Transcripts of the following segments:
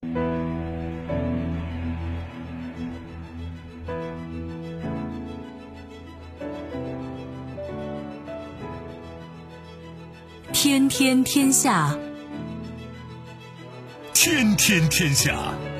天天天下， 天天天下。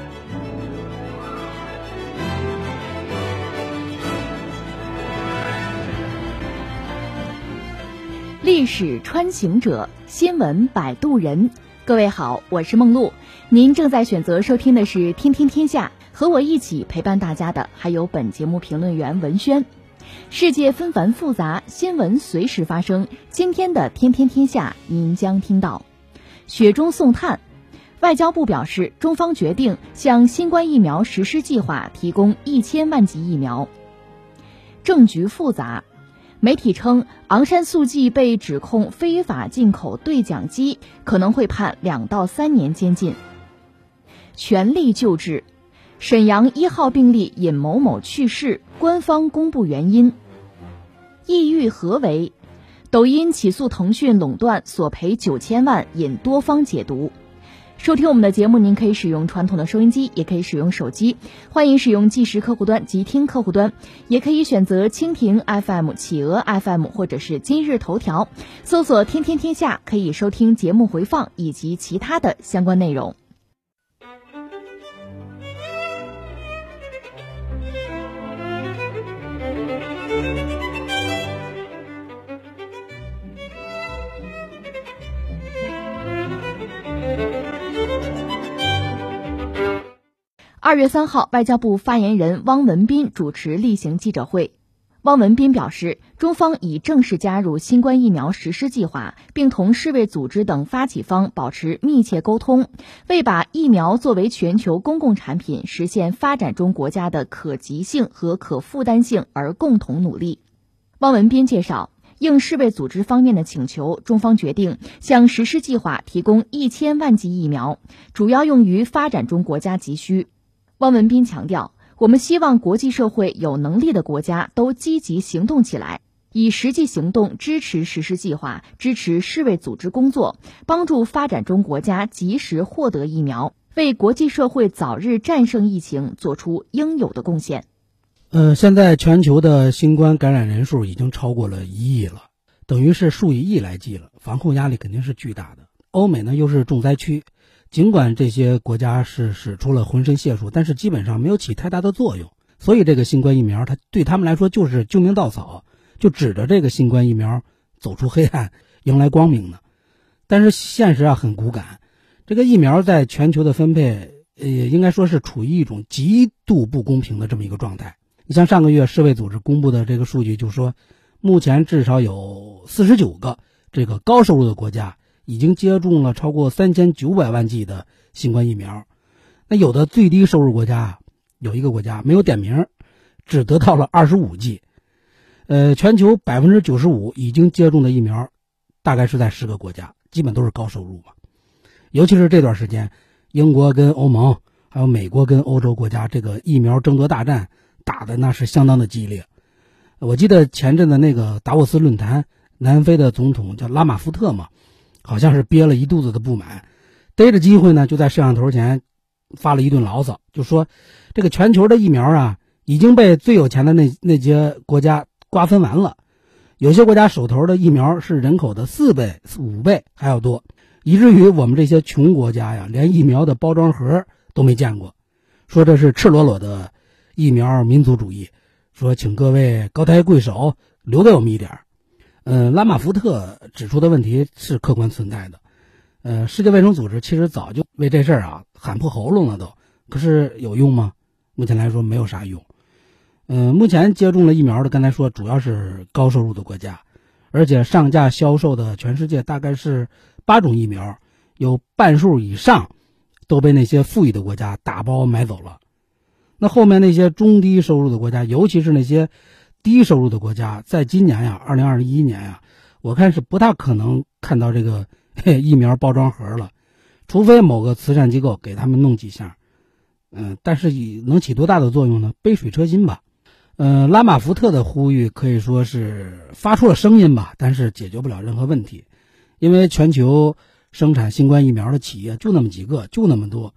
历史穿行者，新闻摆渡人。各位好，我是梦露，您正在选择收听的是天天天下，和我一起陪伴大家的还有本节目评论员文轩。世界纷繁复杂，新闻随时发生。今天的天天天下，您将听到雪中送炭。外交部表示，中方决定向新冠疫苗实施计划提供1000万剂疫苗。政局复杂，媒体称昂山素季被指控非法进口对讲机，可能会判2到3年监禁。全力救治，沈阳1号病例尹某某去世，官方公布原因。意欲何为？抖音起诉腾讯垄断，索赔9000万，引多方解读。收听我们的节目，您可以使用传统的收音机，也可以使用手机，欢迎使用即时客户端及听客户端，也可以选择蜻蜓 FM、企鹅 FM 或者是今日头条，搜索天天天下，可以收听节目回放以及其他的相关内容。2月3号，外交部发言人汪文斌主持例行记者会。汪文斌表示，中方已正式加入新冠疫苗实施计划，并同世卫组织等发起方保持密切沟通，为把疫苗作为全球公共产品实现发展中国家的可及性和可负担性而共同努力。汪文斌介绍，应世卫组织方面的请求，中方决定向实施计划提供1000万剂疫苗，主要用于发展中国家急需。汪文斌强调，我们希望国际社会有能力的国家都积极行动起来，以实际行动支持实施计划，支持世卫组织工作，帮助发展中国家及时获得疫苗，为国际社会早日战胜疫情做出应有的贡献。 现在全球的新冠感染人数已经超过了1亿了，等于是数以亿来计了，防控压力肯定是巨大的。欧美呢又是重灾区，尽管这些国家是使出了浑身解数，但是基本上没有起太大的作用。所以这个新冠疫苗它对他们来说就是救命稻草，就指着这个新冠疫苗走出黑暗，迎来光明呢。但是现实很骨感，这个疫苗在全球的分配应该说是处于一种极度不公平的这么一个状态。你像上个月世卫组织公布的这个数据，就说目前至少有49个这个高收入的国家已经接种了超过3900万剂的新冠疫苗。那有的最低收入国家，有一个国家没有点名，只得到了25剂。全球95%已经接种的疫苗大概是在10个国家，基本都是高收入嘛。尤其是这段时间，英国跟欧盟还有美国跟欧洲国家这个疫苗争夺大战打的那是相当的激烈。我记得前阵的那个达沃斯论坛，南非的总统叫拉马福特嘛，好像是憋了一肚子的不满，逮着机会呢就在摄像头前发了一顿牢骚，就说这个全球的疫苗已经被最有钱的那些国家瓜分完了，有些国家手头的疫苗是人口的4倍、5倍还要多，以至于我们这些穷国家连疫苗的包装盒都没见过，说这是赤裸裸的疫苗民族主义，说请各位高抬贵手，留给我们一点。拉马福特指出的问题是客观存在的。世界卫生组织其实早就为这事儿喊破喉咙了都，可是有用吗？目前来说没有啥用。目前接种了疫苗的，刚才说主要是高收入的国家，而且上架销售的全世界大概是8种疫苗，有半数以上都被那些富裕的国家打包买走了。那后面那些中低收入的国家，尤其是那些低收入的国家，在今年2021年我看是不大可能看到这个疫苗包装盒了，除非某个慈善机构给他们弄几项。但是能起多大的作用呢？杯水车薪吧。拉马福特的呼吁可以说是发出了声音吧，但是解决不了任何问题，因为全球生产新冠疫苗的企业就那么几个，就那么多。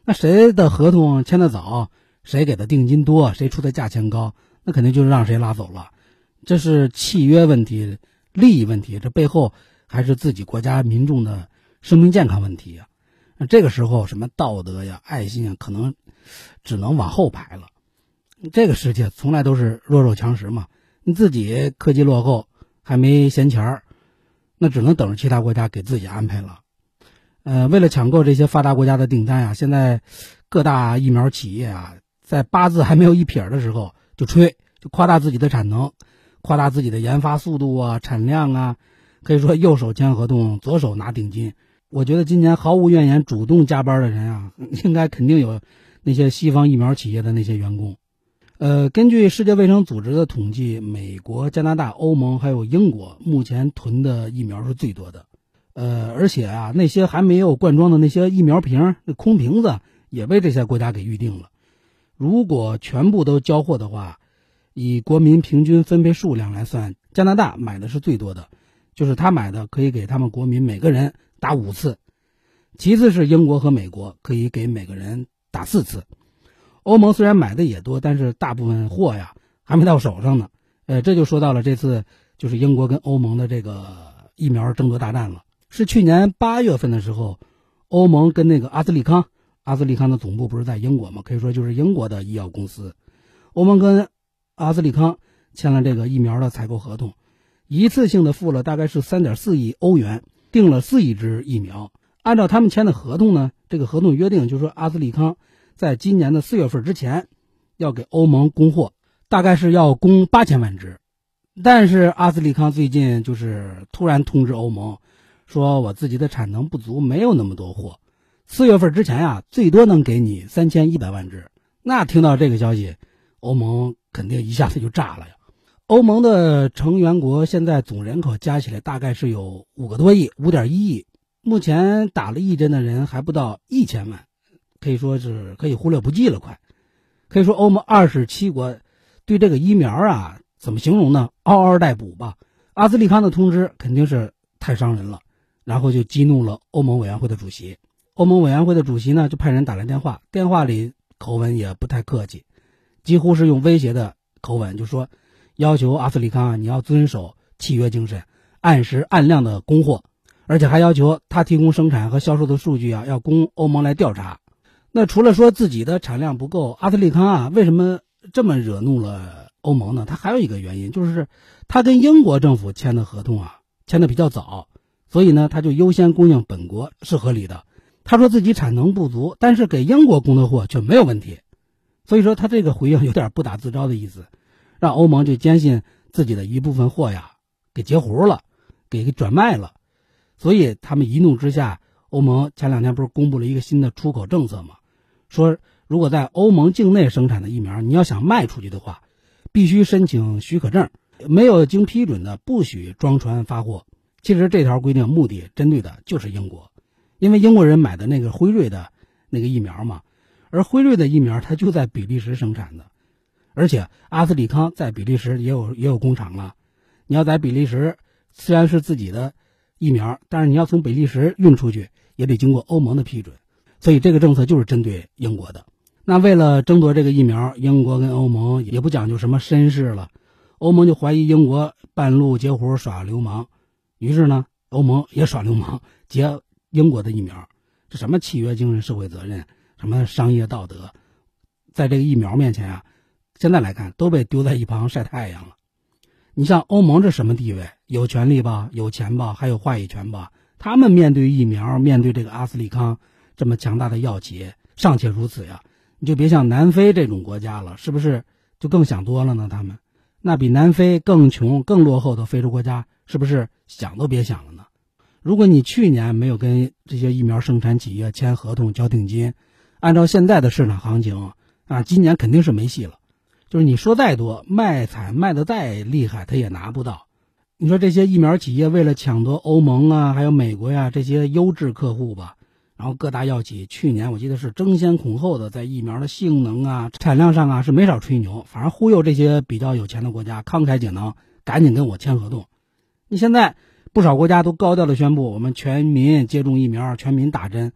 那谁的合同签得早，谁给的定金多，谁出的价钱高，那肯定就是让谁拉走了。这是契约问题、利益问题，这背后还是自己国家民众的生命健康问题啊。那这个时候什么道德呀、爱心啊，可能只能往后排了。这个世界从来都是弱肉强食嘛，你自己科技落后，还没闲钱儿，那只能等着其他国家给自己安排了。为了抢购这些发达国家的订单啊，现在各大疫苗企业啊，在八字还没有一撇的时候就吹，就夸大自己的产能，夸大自己的研发速度啊、产量啊，可以说右手签合同，左手拿定金。我觉得今年毫无怨言主动加班的人啊，应该肯定有那些西方疫苗企业的那些员工。根据世界卫生组织的统计，美国、加拿大、欧盟还有英国目前囤的疫苗是最多的。而且啊，那些还没有灌装的那些疫苗瓶、空瓶子也被这些国家给预定了。如果全部都交货的话，以国民平均分配数量来算，加拿大买的是最多的，就是他买的可以给他们国民每个人打5次，其次是英国和美国，可以给每个人打4次。欧盟虽然买的也多，但是大部分货呀还没到手上呢。这就说到了这次就是英国跟欧盟的这个疫苗争夺大战了。是去年8月份的时候，欧盟跟那个阿斯利康的总部不是在英国吗？可以说就是英国的医药公司，欧盟跟阿斯利康签了这个疫苗的采购合同，一次性的付了大概是3.4亿欧元，订了4亿支疫苗。按照他们签的合同呢，这个合同约定就是说阿斯利康在今年的4月份之前要给欧盟供货，大概是要供8000万支。但是阿斯利康最近就是突然通知欧盟说，我自己的产能不足，没有那么多货，4月份之前呀，最多能给你3100万支。那听到这个消息，欧盟肯定一下子就炸了呀。欧盟的成员国现在总人口加起来大概是有5个多亿，5.1亿，目前打了1针的人还不到1000万，可以说是可以忽略不计了快。可以说欧盟27国对这个疫苗啊，怎么形容呢？嗷嗷待哺吧。阿斯利康的通知肯定是太伤人了，然后就激怒了欧盟委员会的主席。欧盟委员会的主席呢，就派人打来电话，电话里口吻也不太客气，几乎是用威胁的口吻，就说要求阿斯利康啊，你要遵守契约精神，按时按量的供货，而且还要求他提供生产和销售的数据啊，要供欧盟来调查。那除了说自己的产量不够，阿斯利康啊，为什么这么惹怒了欧盟呢？他还有一个原因，就是他跟英国政府签的合同啊，签的比较早，所以呢，他就优先供应本国是合理的。他说自己产能不足，但是给英国供的货却没有问题，所以说他这个回应有点不打自招的意思，让欧盟就坚信自己的一部分货呀给截胡了，给转卖了。所以他们一怒之下，欧盟前2天不是公布了一个新的出口政策吗？说如果在欧盟境内生产的疫苗，你要想卖出去的话，必须申请许可证，没有经批准的不许装船发货。其实这条规定目的针对的就是英国，因为英国人买的那个辉瑞的那个疫苗嘛，而辉瑞的疫苗它就在比利时生产的，而且阿斯利康在比利时也有工厂了。你要在比利时虽然是自己的疫苗，但是你要从比利时运出去也得经过欧盟的批准，所以这个政策就是针对英国的。那为了争夺这个疫苗，英国跟欧盟也不讲究什么绅士了，欧盟就怀疑英国半路截胡耍流氓，于是呢，欧盟也耍流氓截英国的疫苗。这什么契约精神、社会责任，什么商业道德，在这个疫苗面前啊，现在来看都被丢在一旁晒太阳了。你像欧盟这什么地位？有权利吧，有钱吧，还有话语权吧。他们面对疫苗，面对这个阿斯利康这么强大的药企尚且如此呀，你就别像南非这种国家了，是不是就更想多了呢？他们那比南非更穷更落后的非洲国家，是不是想都别想了呢？如果你去年没有跟这些疫苗生产企业签合同交定金，按照现在的市场行情啊，今年肯定是没戏了。就是你说再多，卖惨卖得再厉害，他也拿不到。你说这些疫苗企业为了抢夺欧盟啊，还有美国呀这些优质客户吧，然后各大药企去年我记得是争先恐后的在疫苗的性能啊、产量上啊是没少吹牛，反而忽悠这些比较有钱的国家慷慨解囊，赶紧跟我签合同。你现在不少国家都高调的宣布我们全民接种疫苗，全民打针，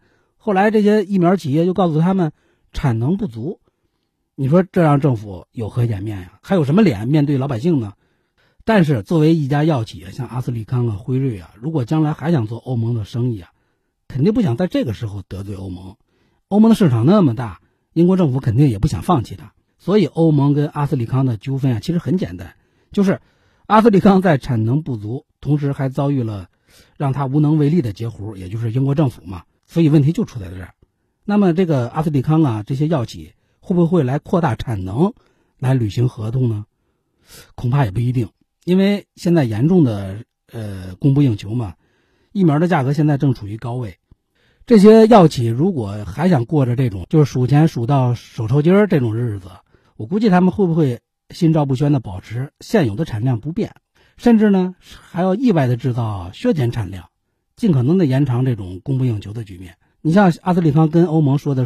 后来这些疫苗企业又告诉他们产能不足，你说这让政府有何颜面呀？还有什么脸面对老百姓呢？但是作为一家药企业，像阿斯利康啊、辉瑞啊，如果将来还想做欧盟的生意啊，肯定不想在这个时候得罪欧盟。欧盟的市场那么大，英国政府肯定也不想放弃它。所以欧盟跟阿斯利康的纠纷啊，其实很简单，就是阿斯利康在产能不足，同时还遭遇了让他无能为力的截胡，也就是英国政府嘛。所以问题就出在这儿。那么这个阿斯利康啊，这些药企会不会来扩大产能来履行合同呢？恐怕也不一定，因为现在严重的供不应求嘛，疫苗的价格现在正处于高位。这些药企如果还想过着这种就是数钱数到手抽筋儿这种日子，我估计他们会不会心照不宣的保持现有的产量不变，甚至呢还要意外的制造削减产量，尽可能的延长这种供不应求的局面。你像阿斯利康跟欧盟说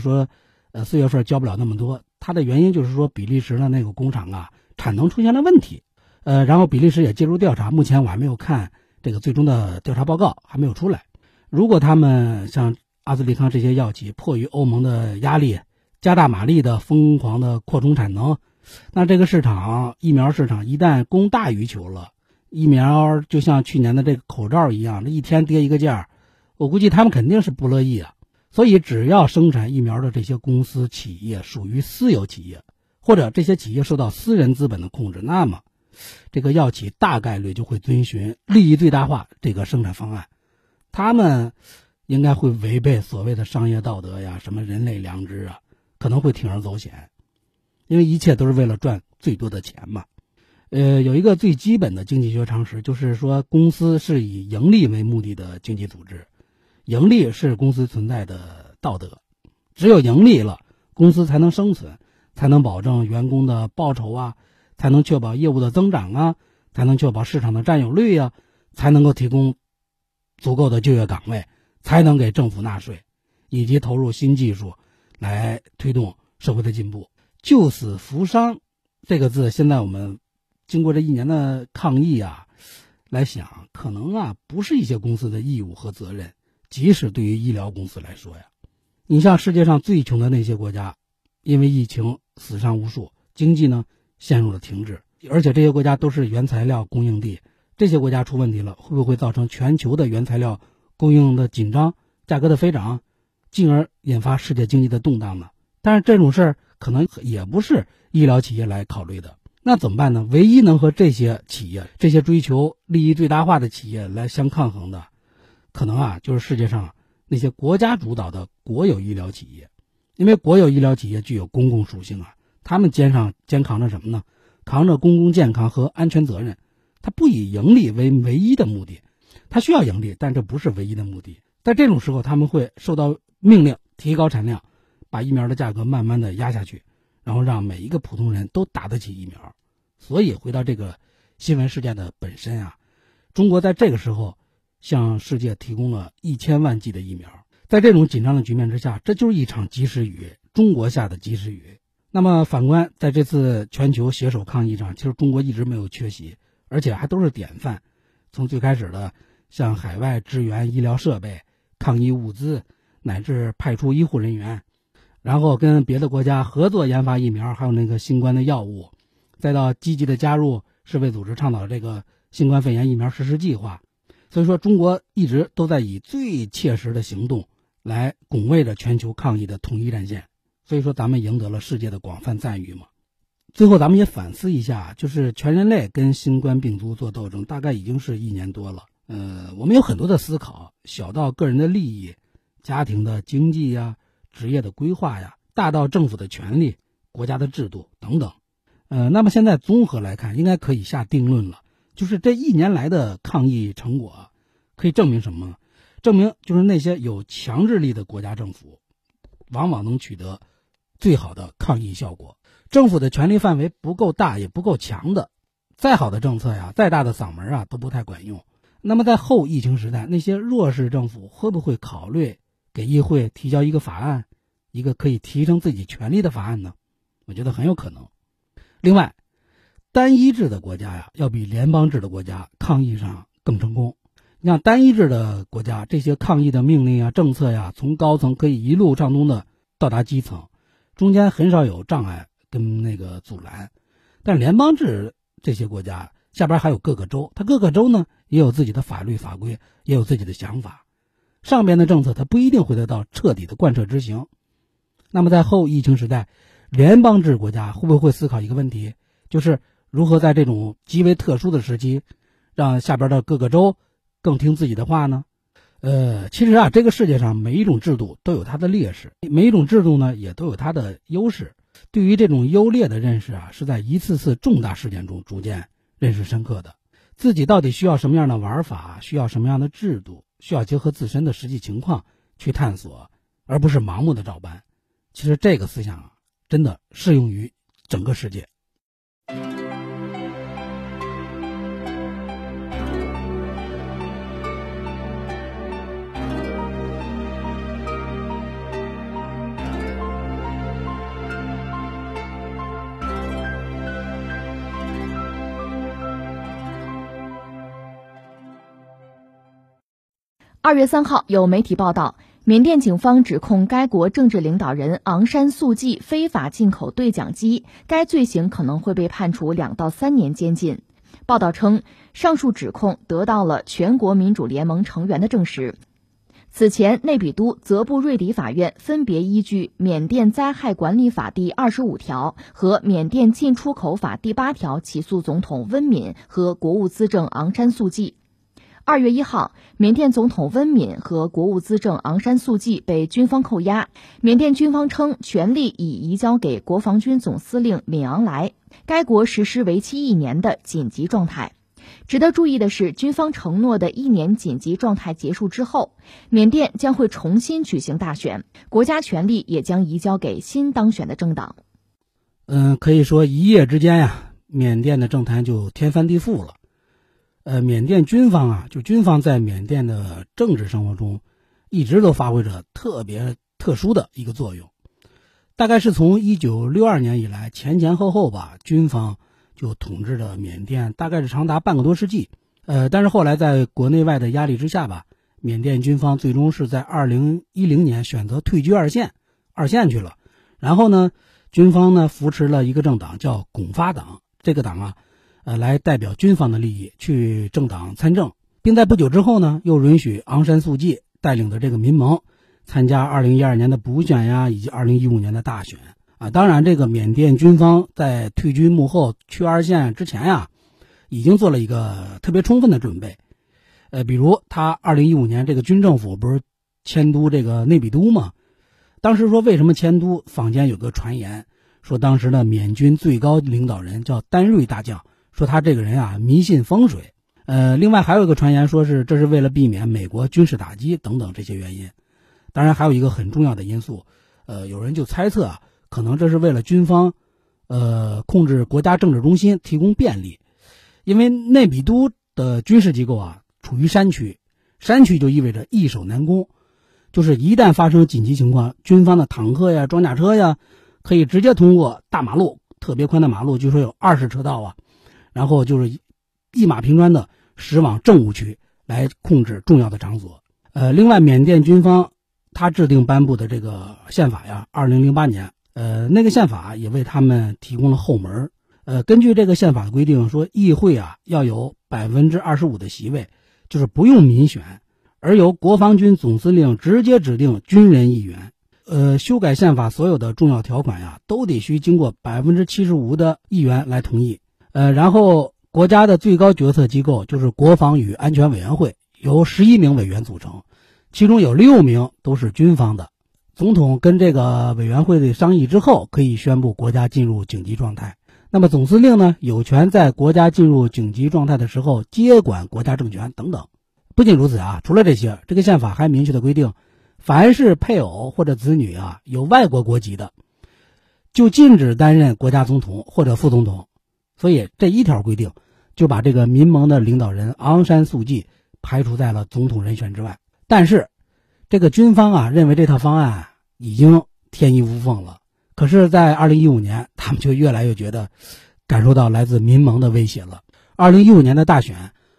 4月份交不了那么多，它的原因就是说比利时的那个工厂啊产能出现了问题，然后比利时也介入调查，目前我还没有看这个最终的调查报告，还没有出来。如果他们像阿斯利康这些药企迫于欧盟的压力，加大马力的疯狂的扩充产能，那这个疫苗市场一旦供大于求了，疫苗就像去年的这个口罩一样，这一天跌一个价，我估计他们肯定是不乐意啊。所以只要生产疫苗的这些公司企业属于私有企业，或者这些企业受到私人资本的控制，那么这个药企大概率就会遵循利益最大化这个生产方案，他们应该会违背所谓的商业道德呀，什么人类良知啊，可能会铤而走险，因为一切都是为了赚最多的钱嘛。有一个最基本的经济学常识，就是说公司是以盈利为目的的经济组织，盈利是公司存在的道德，只有盈利了，公司才能生存，才能保证员工的报酬啊，才能确保业务的增长啊，才能确保市场的占有率啊，才能够提供足够的就业岗位，才能给政府纳税，以及投入新技术来推动社会的进步。救死扶伤这个字，现在我们经过这1年的抗疫啊，来想可能啊不是一些公司的义务和责任，即使对于医疗公司来说呀，你像世界上最穷的那些国家，因为疫情死伤无数，经济呢陷入了停滞，而且这些国家都是原材料供应地，这些国家出问题了，会不会造成全球的原材料供应的紧张，价格的飞涨，进而引发世界经济的动荡呢？但是这种事儿可能也不是医疗企业来考虑的，那怎么办呢？唯一能和这些企业，这些追求利益最大化的企业来相抗衡的，可能啊就是世界上那些国家主导的国有医疗企业。因为国有医疗企业具有公共属性啊，他们肩扛着什么呢？扛着公共健康和安全责任，它不以盈利为唯一的目的，它需要盈利，但这不是唯一的目的。在这种时候，他们会受到命令提高产量，把疫苗的价格慢慢的压下去，然后让每一个普通人都打得起疫苗。所以回到这个新闻事件的本身啊，中国在这个时候向世界提供了1000万剂的疫苗，在这种紧张的局面之下，这就是一场及时雨，中国下的及时雨。那么反观在这次全球携手抗疫上，其实中国一直没有缺席，而且还都是典范。从最开始的向海外支援医疗设备、抗疫物资，乃至派出医护人员，然后跟别的国家合作研发疫苗，还有那个新冠的药物，再到积极的加入世卫组织倡导这个新冠肺炎疫苗实施计划。所以说中国一直都在以最切实的行动来拱卫着全球抗疫的统一战线，所以说咱们赢得了世界的广泛赞誉嘛。最后咱们也反思一下，就是全人类跟新冠病毒做斗争大概已经是1年多了，我们有很多的思考，小到个人的利益、家庭的经济呀、职业的规划呀，大到政府的权利、国家的制度等等。那么现在综合来看，应该可以下定论了，就是这1年来的抗疫成果可以证明什么呢？证明就是那些有强制力的国家政府往往能取得最好的抗疫效果。政府的权力范围不够大也不够强的，再好的政策呀，再大的嗓门啊，都不太管用。那么在后疫情时代，那些弱势政府会不会考虑给议会提交一个法案，一个可以提升自己权利的法案呢？我觉得很有可能。另外，单一制的国家呀，要比联邦制的国家抗疫上更成功， 你像单一制的国家，这些抗议的命令啊、政策呀，从高层可以一路畅通的到达基层，中间很少有障碍跟阻拦。但联邦制这些国家下边还有各个州，它各个州呢也有自己的法律法规，也有自己的想法，上边的政策它不一定会得到彻底的贯彻执行。那么在后疫情时代，联邦制国家会不会思考一个问题，就是如何在这种极为特殊的时期让下边的各个州更听自己的话呢？其实啊，这个世界上每一种制度都有它的劣势，每一种制度呢也都有它的优势。对于这种优劣的认识啊，是在一次次重大事件中逐渐认识深刻的。自己到底需要什么样的玩法，需要什么样的制度，需要结合自身的实际情况去探索，而不是盲目的照搬。其实这个思想啊，真的适用于整个世界。 2月3号，有媒体报道，缅甸警方指控该国政治领导人昂山素季非法进口对讲机，该罪行可能会被判处2到3年监禁。报道称，上述指控得到了全国民主联盟成员的证实。此前，内比都泽布瑞里法院分别依据缅甸灾害管理法第25条和缅甸进出口法第8条起诉总统温敏和国务资政昂山素季。2月1号，缅甸总统温敏和国务资政昂山素季被军方扣押，缅甸军方称权力已移交给国防军总司令敏昂莱，该国实施为期1年的紧急状态。值得注意的是，军方承诺的1年紧急状态结束之后，缅甸将会重新举行大选，国家权力也将移交给新当选的政党。 可以说一夜之间呀，缅甸的政坛就天翻地覆了。缅甸军方啊，军方在缅甸的政治生活中一直都发挥着特别特殊的一个作用。大概是从1962年以来，前后吧，军方就统治着缅甸，大概是长达半个多世纪。但是后来在国内外的压力之下吧，缅甸军方最终是在2010年选择退居二线去了。然后呢，军方呢扶持了一个政党叫拱发党，这个党啊来代表军方的利益去政党参政，并在不久之后呢，又允许昂山素季带领的这个民盟参加2012年的补选呀，以及2015年的大选啊。当然，这个缅甸军方在退居幕后去二线之前呀，已经做了一个特别充分的准备。比如他2015年这个军政府不是迁都这个内比都吗？当时说为什么迁都，坊间有个传言说，当时的缅军最高领导人叫丹瑞大将，说他这个人啊迷信风水。另外还有一个传言说这是为了避免美国军事打击等等这些原因。当然还有一个很重要的因素，有人就猜测啊，可能这是为了军方控制国家政治中心提供便利。因为内比都的军事机构啊处于山区，山区就意味着易守难攻，就是一旦发生紧急情况，军方的坦克呀、装甲车呀可以直接通过大马路，特别宽的马路，据说有20车道啊，然后就是一马平川的驶往政务区来控制重要的场所。另外缅甸军方他制定颁布的这个宪法呀，2008年那个宪法也为他们提供了后门。根据这个宪法的规定说，议会啊要有25%的席位，就是不用民选，而由国防军总司令直接指定军人议员。修改宪法所有的重要条款呀，都得需经过75%的议员来同意。然后国家的最高决策机构就是国防与安全委员会，由11名委员组成，其中有6名都是军方的。总统跟这个委员会的商议之后，可以宣布国家进入紧急状态。那么总司令呢，有权在国家进入紧急状态的时候接管国家政权等等。不仅如此啊，除了这些，这个宪法还明确的规定，凡是配偶或者子女啊有外国国籍的，就禁止担任国家总统或者副总统。所以这一条规定就把这个民盟的领导人昂山素季排除在了总统人选之外。但是这个军方啊认为这套方案已经天衣无缝了。可是在2015年，他们就越来越觉得感受到来自民盟的威胁了。2015年的大选，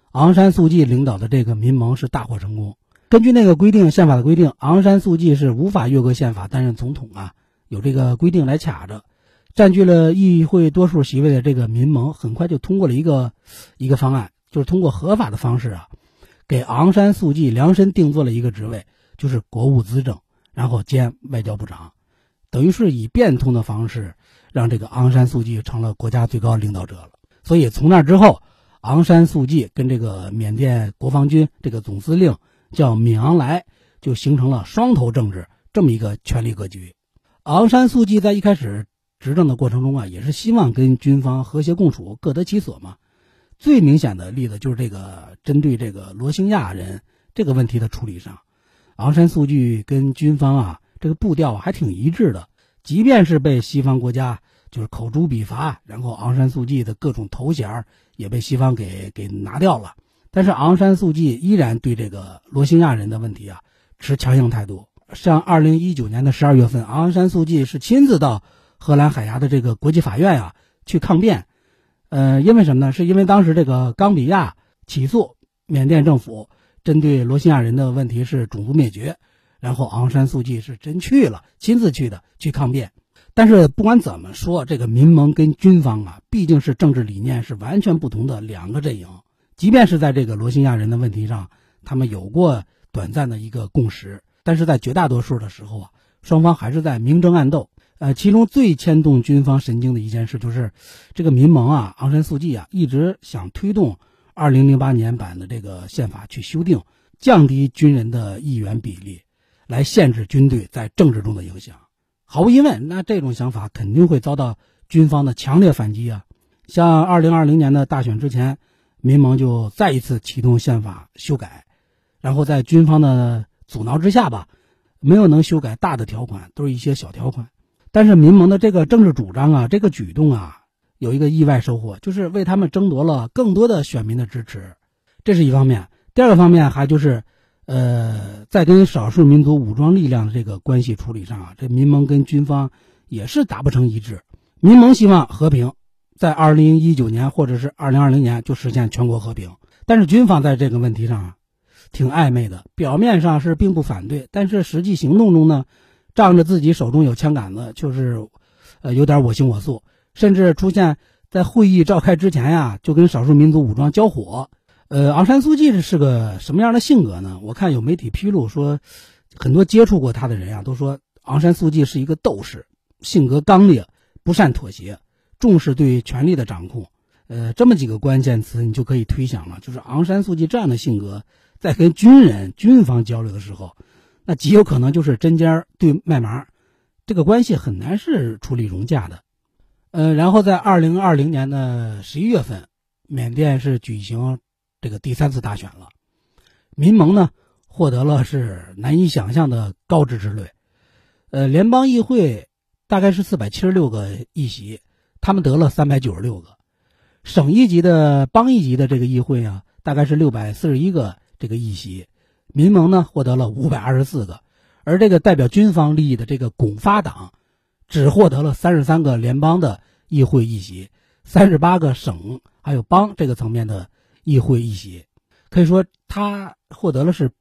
昂山素季领导的这个民盟是大获成功。根据那个规定，宪法的规定，昂山素季是无法越过宪法担任总统啊，有这个规定来卡着。占据了议会多数席位的这个民盟很快就通过了一个方案，就是通过合法的方式啊，给昂山素季量身定做了一个职位，就是国务资政，然后兼外交部长，等于是以变通的方式让这个昂山素季成了国家最高领导者了。所以从那之后，昂山素季跟这个缅甸国防军这个总司令叫敏昂莱就形成了双头政治这么一个权力格局。昂山素季在一开始执政的过程中啊，也是希望跟军方和谐共处，各得其所嘛。最明显的例子就是这个针对这个罗兴亚人这个问题的处理上，昂山素季跟军方啊这个步调还挺一致的。即便是被西方国家就是口诛笔伐，然后昂山素季的各种头衔也被西方给拿掉了，但是昂山素季依然对这个罗兴亚人的问题啊持强硬态度。像2019年的12月份，昂山素季是亲自到荷兰海牙的这个国际法院啊去抗辩，因为什么呢？是因为当时这个冈比亚起诉缅甸政府针对罗兴亚人的问题是种族灭绝，然后昂山素季是真去了，亲自去的去抗辩。但是不管怎么说，这个民盟跟军方啊毕竟是政治理念是完全不同的两个阵营，即便是在这个罗兴亚人的问题上他们有过短暂的一个共识，但是在绝大多数的时候啊，双方还是在明争暗斗。其中最牵动军方神经的一件事就是这个民盟啊，昂山素季啊一直想推动2008年版的这个宪法去修订，降低军人的议员比例，来限制军队在政治中的影响。毫无疑问，那这种想法肯定会遭到军方的强烈反击啊。像2020年的大选之前，民盟就再一次启动宪法修改，然后在军方的阻挠之下吧，没有能修改大的条款，都是一些小条款。但是民盟的这个政治主张啊，这个举动啊，有一个意外收获，就是为他们争夺了更多的选民的支持，这是一方面。第二个方面还就是在跟少数民族武装力量的这个关系处理上啊，这民盟跟军方也是达不成一致。民盟希望和平，在2019年或者是2020年就实现全国和平，但是军方在这个问题上啊挺暧昧的，表面上是并不反对，但是实际行动中呢，仗着自己手中有枪杆子，就是有点我行我素，甚至出现在会议召开之前呀就跟少数民族武装交火。昂山素季是个什么样的性格呢？我看有媒体披露说，很多接触过他的人啊都说昂山素季是一个斗士，性格刚烈，不善妥协，重视对权力的掌控。这么几个关键词你就可以推想了，就是昂山素季这样的性格在跟军方交流的时候，那极有可能就是针尖对麦芒，这个关系很难是处理融洽的。然后在2020年的11月份，缅甸是举行这个第3次大选了，民盟呢获得了是难以想象的高支持率。联邦议会大概是476个议席，他们得了396个。省一级的邦一级的这个议会啊，大概是641个这个议席，民盟呢获得了524个，而这个代表军方利益的这个拱发党只获得了33个联邦的议会议席，38个省还有邦这个层面的议会议席，可以说他获得了是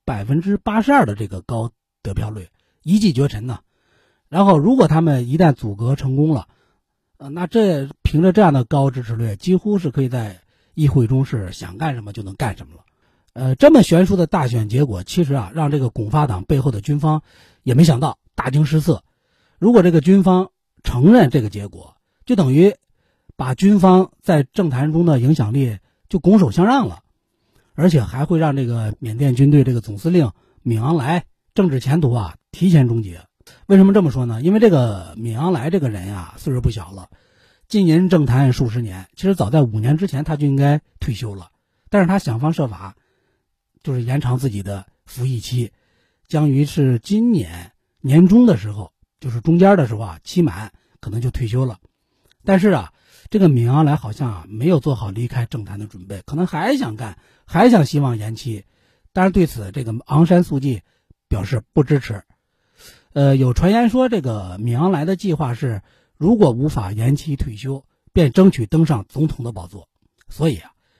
82%的这个高得票率，一骑绝尘呢。然后如果他们一旦组阁成功了，那这凭着这样的高支持率，几乎是可以在议会中是想干什么就能干什么了。这么悬殊的大选结果，其实啊让这个拱发党背后的军方也没想到，大惊失色。如果这个军方承认这个结果，就等于把军方在政坛中的影响力就拱手相让了，而且还会让这个缅甸军队这个总司令敏昂莱政治前途啊提前终结。为什么这么说呢？因为这个敏昂莱这个人啊岁数不小了，浸淫政坛数十年，其实早在5年之前他就应该退休了，但是他想方设法就是延长自己的服役期，将于是今年年中的时候，就是中间的时候啊期满可能就退休了。但是啊这个敏昂莱好像啊没有做好离开政坛的准备，可能还想干，还想希望延期。但是对此这个昂山素季表示不支持。有传言说这个敏昂莱的计划是，如果无法延期退休，便争取登上总统的宝座。所以啊，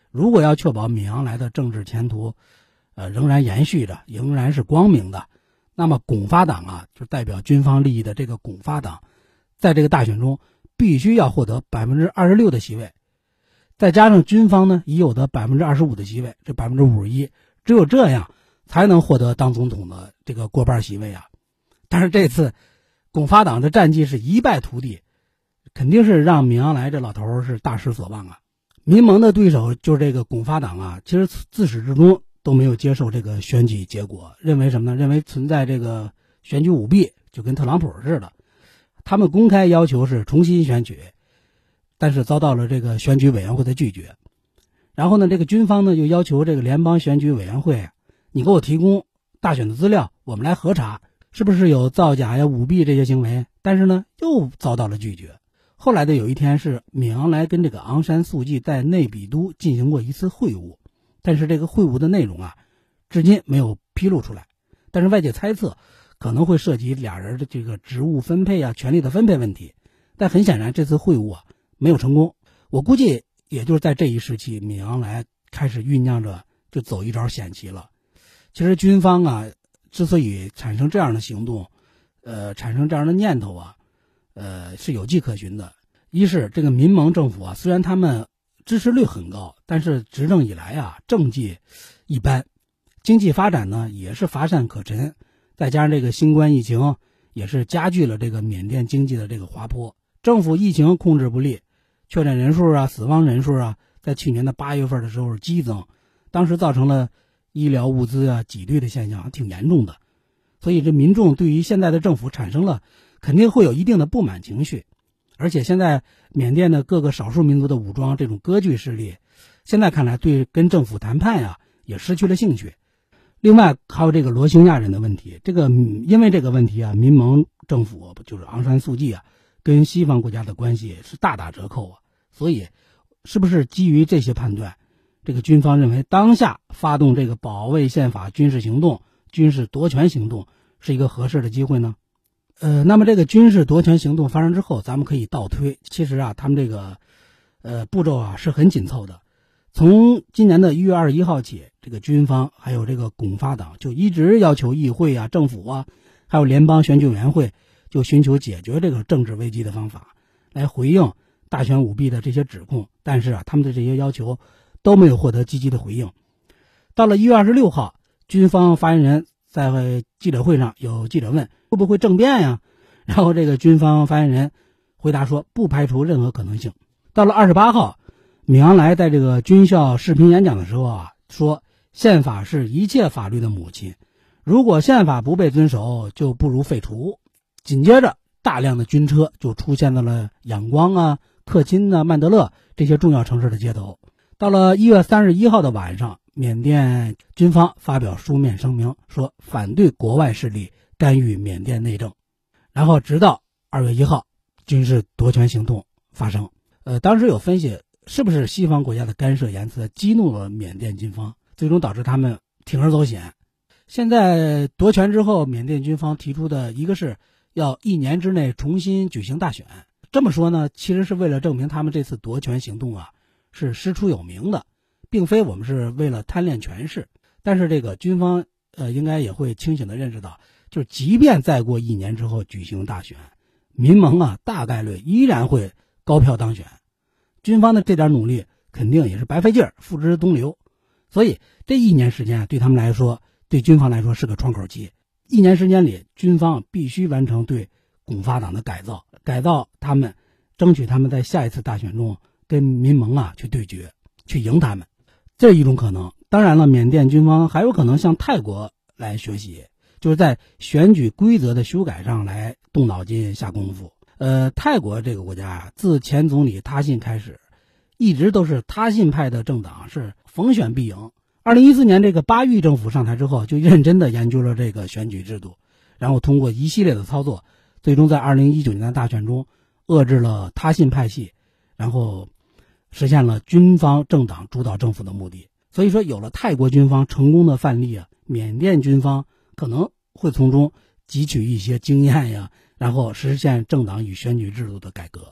如果要确保闵昂来的政治前途仍然延续着，仍然是光明的，那么拱发党啊，就代表军方利益的这个拱发党，在这个大选中必须要获得26%的席位，再加上军方呢已有的25%的席位，这51%，只有这样才能获得当总统的这个过半席位啊。但是这次拱发党的战绩是一败涂地，肯定是让闵昂来这老头是大失所望啊。民盟的对手就是这个拱发党啊，其实自始至终都没有接受这个选举结果，认为什么呢？认为存在这个选举舞弊，就跟特朗普似的。他们公开要求是重新选举，但是遭到了这个选举委员会的拒绝。然后呢，这个军方呢又要求这个联邦选举委员会，你给我提供大选的资料，我们来核查是不是有造假呀、舞弊这些行为，但是呢又遭到了拒绝。后来的有一天是闵昂来跟这个昂山素季在内比都进行过一次会晤，但是这个会晤的内容啊，至今没有披露出来。但是外界猜测可能会涉及俩人的这个职务分配啊、权力的分配问题。但很显然这次会晤啊没有成功。我估计也就是在这一时期，闵昂来开始酝酿着就走一招险棋了。其实军方啊之所以产生这样的行动，产生这样的念头啊，是有迹可循的。一是这个民盟政府啊，虽然他们支持率很高，但是执政以来啊，政绩一般，经济发展呢也是乏善可陈，再加上这个新冠疫情也是加剧了这个缅甸经济的这个滑坡。政府疫情控制不力，确诊人数啊、死亡人数啊，在去年的8月份的时候激增，当时造成了医疗物资啊挤兑的现象，挺严重的。所以这民众对于现在的政府产生了肯定会有一定的不满情绪。而且现在缅甸的各个少数民族的武装这种割据势力，现在看来对跟政府谈判呀也失去了兴趣。另外还有这个罗兴亚人的问题，因为这个问题啊，民盟政府就是昂山素季啊，跟西方国家的关系是大打折扣啊。所以是不是基于这些判断，这个军方认为当下发动这个保卫宪法军事行动、军事夺权行动是一个合适的机会呢？那么这个军事夺权行动发生之后，咱们可以倒推，其实啊，他们这个步骤啊是很紧凑的。从今年的1月21号起，这个军方还有这个拱发党就一直要求议会啊、政府啊，还有联邦选举委员会，就寻求解决这个政治危机的方法，来回应大选舞弊的这些指控。但是啊，他们的这些要求都没有获得积极的回应。到了1月26号，军方发言人在记者会上有记者问会不会政变呀？然后这个军方发言人回答说不排除任何可能性。到了28号，闵昂来在这个军校视频演讲的时候啊，说宪法是一切法律的母亲，如果宪法不被遵守，就不如废除。紧接着大量的军车就出现在了仰光啊、克钦啊、曼德勒这些重要城市的街头。到了1月31号的晚上，缅甸军方发表书面声明，说反对国外势力干预缅甸内政。然后直到2月1号，军事夺权行动发生。当时有分析，是不是西方国家的干涉言辞激怒了缅甸军方，最终导致他们铤而走险。现在夺权之后，缅甸军方提出的一个是要1年之内重新举行大选。这么说呢，其实是为了证明他们这次夺权行动啊是师出有名的，并非我们是为了贪恋权势。但是这个军方应该也会清醒地认识到，就是即便再过1年之后举行大选，民盟啊大概率依然会高票当选，军方的这点努力肯定也是白费劲儿，付之东流。所以这1年时间对他们来说，对军方来说是个窗口期。1年时间里，军方必须完成对拱发党的改造他们，争取他们在下一次大选中跟民盟啊去对决，去赢他们，这一种可能。当然了，缅甸军方还有可能向泰国来学习，就是在选举规则的修改上来动脑筋下功夫。泰国这个国家啊，自前总理他信开始，一直都是他信派的政党，是逢选必赢。2014年这个巴育政府上台之后，就认真的研究了这个选举制度，然后通过一系列的操作，最终在2019年的大选中遏制了他信派系，然后实现了军方政党主导政府的目的。所以说有了泰国军方成功的范例啊，缅甸军方可能会从中汲取一些经验呀，然后实现政党与选举制度的改革。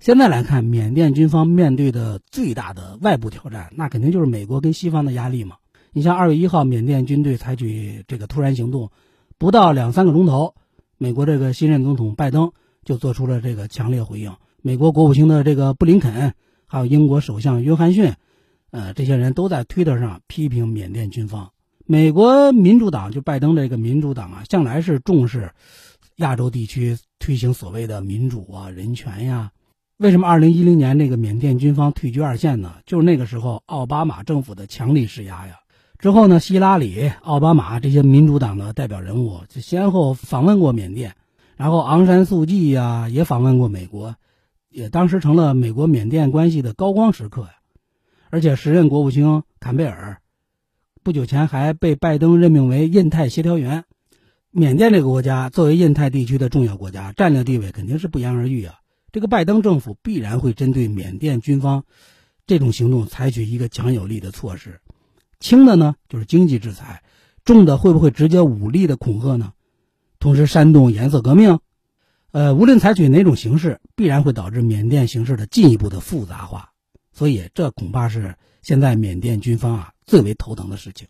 现在来看，缅甸军方面对的最大的外部挑战，那肯定就是美国跟西方的压力嘛。你像2月1号，缅甸军队采取这个突然行动，不到2-3个钟头，美国这个新任总统拜登就做出了这个强烈回应。美国国务卿的这个布林肯，还有英国首相约翰逊，这些人都在推特上批评缅甸军方。美国民主党，就拜登这个民主党啊，向来是重视亚洲地区推行所谓的民主啊、人权呀。为什么2010年那个缅甸军方退居二线呢？就是那个时候奥巴马政府的强力施压呀。之后呢，希拉里、奥巴马这些民主党的代表人物就先后访问过缅甸，然后昂山素季呀也访问过美国，也当时成了美国缅甸关系的高光时刻呀。而且时任国务卿坎贝尔不久前还被拜登任命为印太协调员。缅甸这个国家作为印太地区的重要国家，战略地位肯定是不言而喻啊。这个拜登政府必然会针对缅甸军方这种行动采取一个强有力的措施，轻的呢就是经济制裁，重的会不会直接武力的恐吓呢？同时煽动颜色革命？无论采取哪种形式，必然会导致缅甸形势的进一步的复杂化，所以这恐怕是现在缅甸军方最为头疼的事情。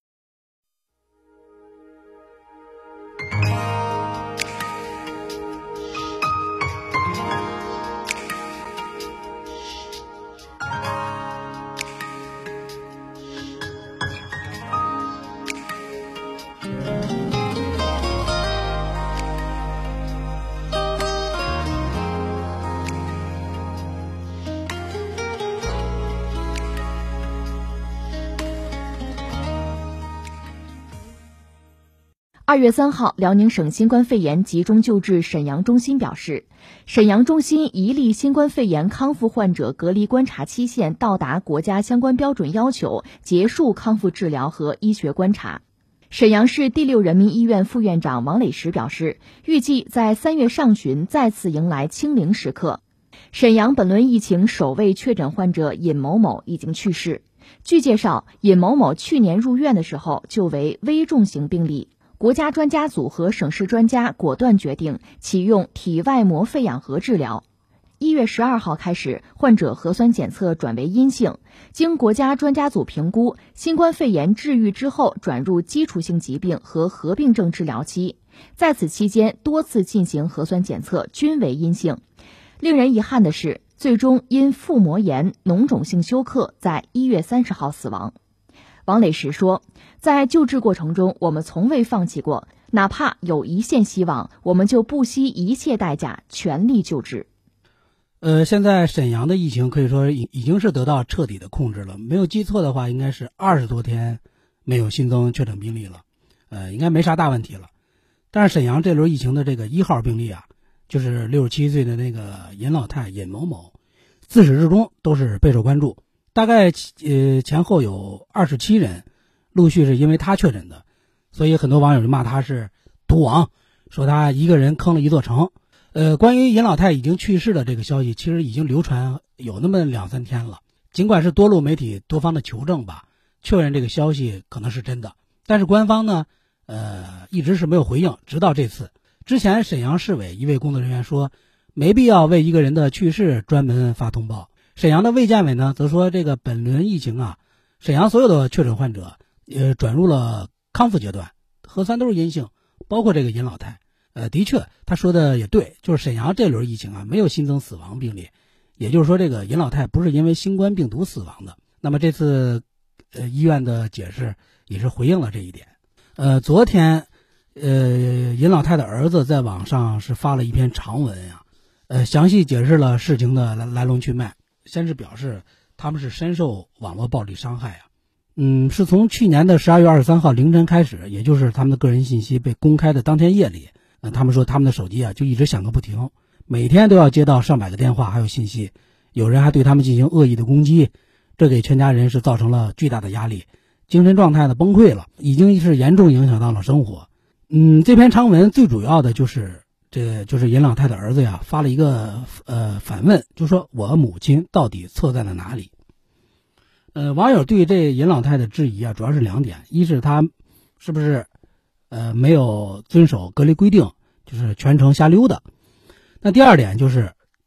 2月3号，辽宁省新冠肺炎集中救治沈阳中心表示，沈阳中心一例新冠肺炎康复患者隔离观察期限到达国家相关标准要求，结束康复治疗和医学观察。沈阳市第6人民医院副院长王磊石表示，预计在3月上旬再次迎来清零时刻。沈阳本轮疫情首位确诊患者尹某某已经去世。据介绍，尹某某去年入院的时候就为危重型病例。国家专家组和省市专家果断决定启用体外膜肺氧合治疗。1月12号开始，患者核酸检测转为阴性，经国家专家组评估，新冠肺炎治愈之后转入基础性疾病和合并症治疗期。在此期间多次进行核酸检测均为阴性。令人遗憾的是，最终因腹膜炎脓肿性休克在1月30号死亡。王磊石说，在救治过程中，我们从未放弃过，哪怕有一线希望，我们就不惜一切代价全力救治。 现在沈阳的疫情可以说已经是得到彻底的控制了，没有记错的话，应该是20多天没有新增确诊病例了，应该没啥大问题了。但是沈阳这轮疫情的这个1号病例就是67岁的那个尹老太尹某某，自始至终都是备受关注。大概前后有27人陆续是因为他确诊的，所以很多网友就骂他是毒王，说他一个人坑了一座城。关于尹老太已经去世的这个消息，其实已经流传有那么2-3天了。尽管是多路媒体多方的求证吧，确认这个消息可能是真的，但是官方呢，一直是没有回应，直到这次。之前沈阳市委一位工作人员说，没必要为一个人的去世专门发通报。沈阳的卫健委呢，则说这个本轮疫情沈阳所有的确诊患者转入了康复阶段，核酸都是阴性，包括这个尹老太。的确，他说的也对，就是沈阳这轮疫情没有新增死亡病例，也就是说这个尹老太不是因为新冠病毒死亡的。那么这次医院的解释也是回应了这一点。昨天尹老太的儿子在网上是发了一篇长文详细解释了事情的来龙去脉。先是表示他们是深受网络暴力伤害是从去年的12月23号凌晨开始，也就是他们的个人信息被公开的当天夜里，他们说他们的手机就一直响个不停，每天都要接到上百个电话还有信息，有人还对他们进行恶意的攻击，这给全家人是造成了巨大的压力，精神状态的崩溃了，已经是严重影响到了生活。这篇长文最主要的就是尹老太的儿子发了一个反问，就说我母亲到底错在了哪里？网友对这尹老太的质疑主要是2点，一是他是不是没有遵守隔离规定，就是全程瞎溜达。那第2点就是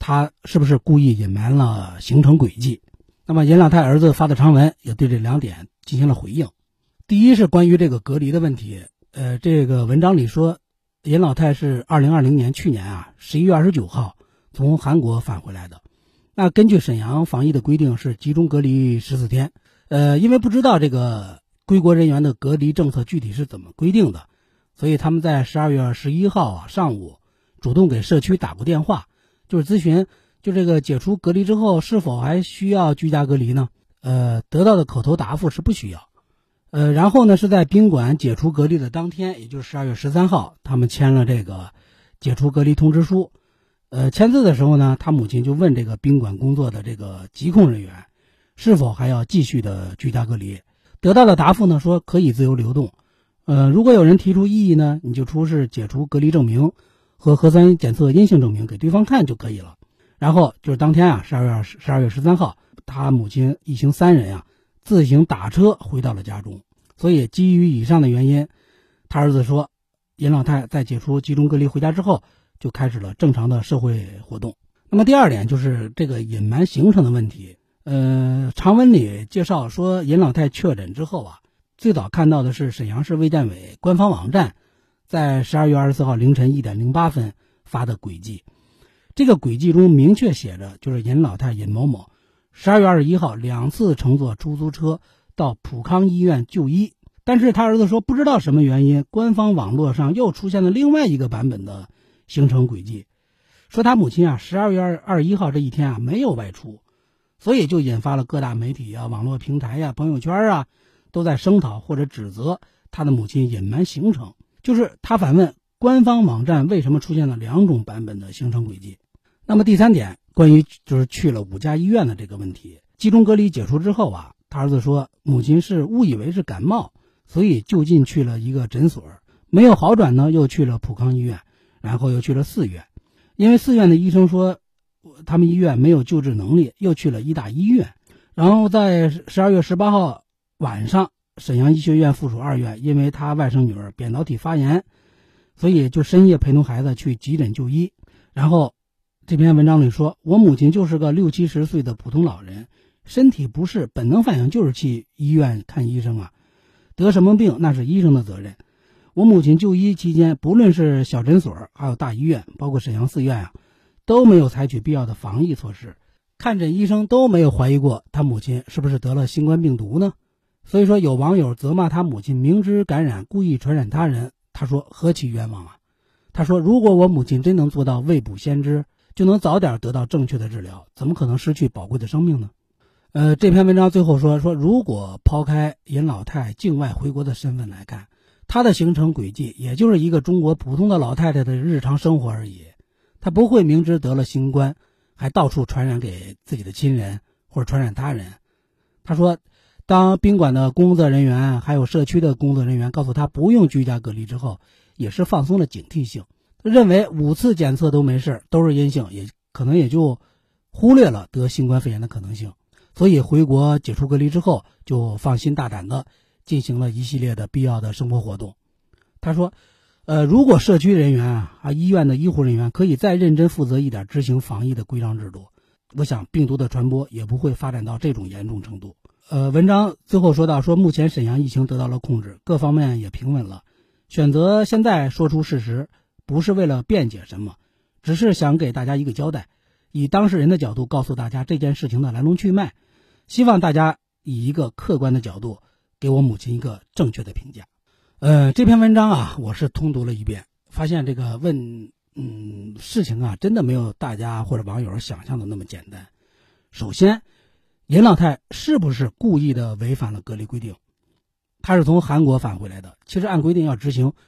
他是不是故意隐瞒了行程轨迹。那么严老太儿子发的长文也对这2点进行了回应。第一是关于这个隔离的问题，这个文章里说严老太是2020年去年11月29号从韩国返回来的。那根据沈阳防疫的规定是集中隔离14天，因为不知道这个归国人员的隔离政策具体是怎么规定的，所以他们在12月11号上午主动给社区打过电话，就是咨询就这个解除隔离之后是否还需要居家隔离呢？得到的口头答复是不需要。然后呢是在宾馆解除隔离的当天，也就是12月13号，他们签了这个解除隔离通知书。签字的时候呢，他母亲就问这个宾馆工作的这个疾控人员是否还要继续的居家隔离。得到的答复呢说可以自由流动。如果有人提出异议呢，你就出示解除隔离证明和核酸检测阴性证明给对方看就可以了。然后就是当天12月13号，他母亲一行3人自行打车回到了家中。所以基于以上的原因，他儿子说严老太在解除集中隔离回家之后就开始了正常的社会活动。那么第2点就是这个隐瞒行程的问题。长文里介绍说严老太确诊之后最早看到的是沈阳市卫健委官方网站在12月24号凌晨1点08分发的轨迹。这个轨迹中明确写着，就是严老太尹某某12月21号2次乘坐出租车到普康医院就医。但是他儿子说不知道什么原因，官方网络上又出现了另外一个版本的行程轨迹，说他母亲12月21号这一天没有外出，所以就引发了各大媒体网络平台朋友圈都在声讨或者指责他的母亲隐瞒行程。就是他反问官方网站为什么出现了2种版本的行程轨迹。那么第3点关于就是去了5家医院的这个问题。集中隔离解除之后他儿子说母亲是误以为是感冒，所以就近去了一个诊所，没有好转呢又去了普康医院，然后又去了4院。因为4院的医生说他们医院没有救治能力，又去了医大医院。然后在12月18号晚上，沈阳医学院附属2院因为他外甥女儿扁桃体发炎，所以就深夜陪同孩子去急诊就医。然后这篇文章里说，我母亲就是个60、70岁的普通老人，身体不适，本能反应就是去医院看医生得什么病那是医生的责任。我母亲就医期间，不论是小诊所还有大医院，包括沈阳4院都没有采取必要的防疫措施，看诊医生都没有怀疑过他母亲是不是得了新冠病毒呢。所以说有网友责骂他母亲明知感染故意传染他人，他说何其冤枉他说如果我母亲真能做到未卜先知，就能早点得到正确的治疗，怎么可能失去宝贵的生命呢？这篇文章最后说如果抛开严老太境外回国的身份来看，她的行程轨迹也就是一个中国普通的老太太的日常生活而已。她不会明知得了新冠还到处传染给自己的亲人或者传染他人。她说当宾馆的工作人员还有社区的工作人员告诉她不用居家隔离之后，也是放松了警惕性，认为5次检测都没事，都是阴性，也可能也就忽略了得新冠肺炎的可能性。所以回国解除隔离之后就放心大胆的进行了一系列的必要的生活活动。他说如果社区人员医院的医护人员可以再认真负责一点执行防疫的规章制度，我想病毒的传播也不会发展到这种严重程度。文章最后说到目前沈阳疫情得到了控制，各方面也平稳了，选择现在说出事实不是为了辩解什么，只是想给大家一个交代，以当事人的角度告诉大家这件事情的来龙去脉，希望大家以一个客观的角度给我母亲一个正确的评价。这篇文章我是通读了一遍，发现这个事情真的没有大家或者网友想象的那么简单。首先严老太是不是故意的违反了隔离规定？她是从韩国返回来的，其实按规定要执行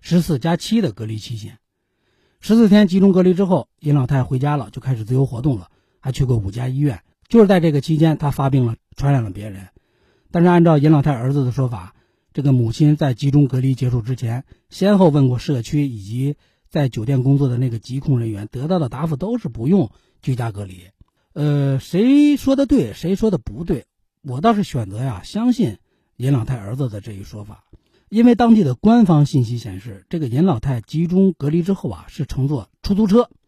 14+7的隔离期限。14天集中隔离之后，严老太回家了，就开始自由活动了，还去过5家医院。就是在这个期间她发病了，传染了别人。但是按照严老太儿子的说法，这个母亲在集中隔离结束之前先后问过社区以及在酒店工作的那个疾控人员，得到的答复都是不用居家隔离。谁说的对谁说的不对，我倒是选择相信严老太儿子的这一说法。因为当地的官方信息显示，这个严老太集中隔离之后是乘坐出租车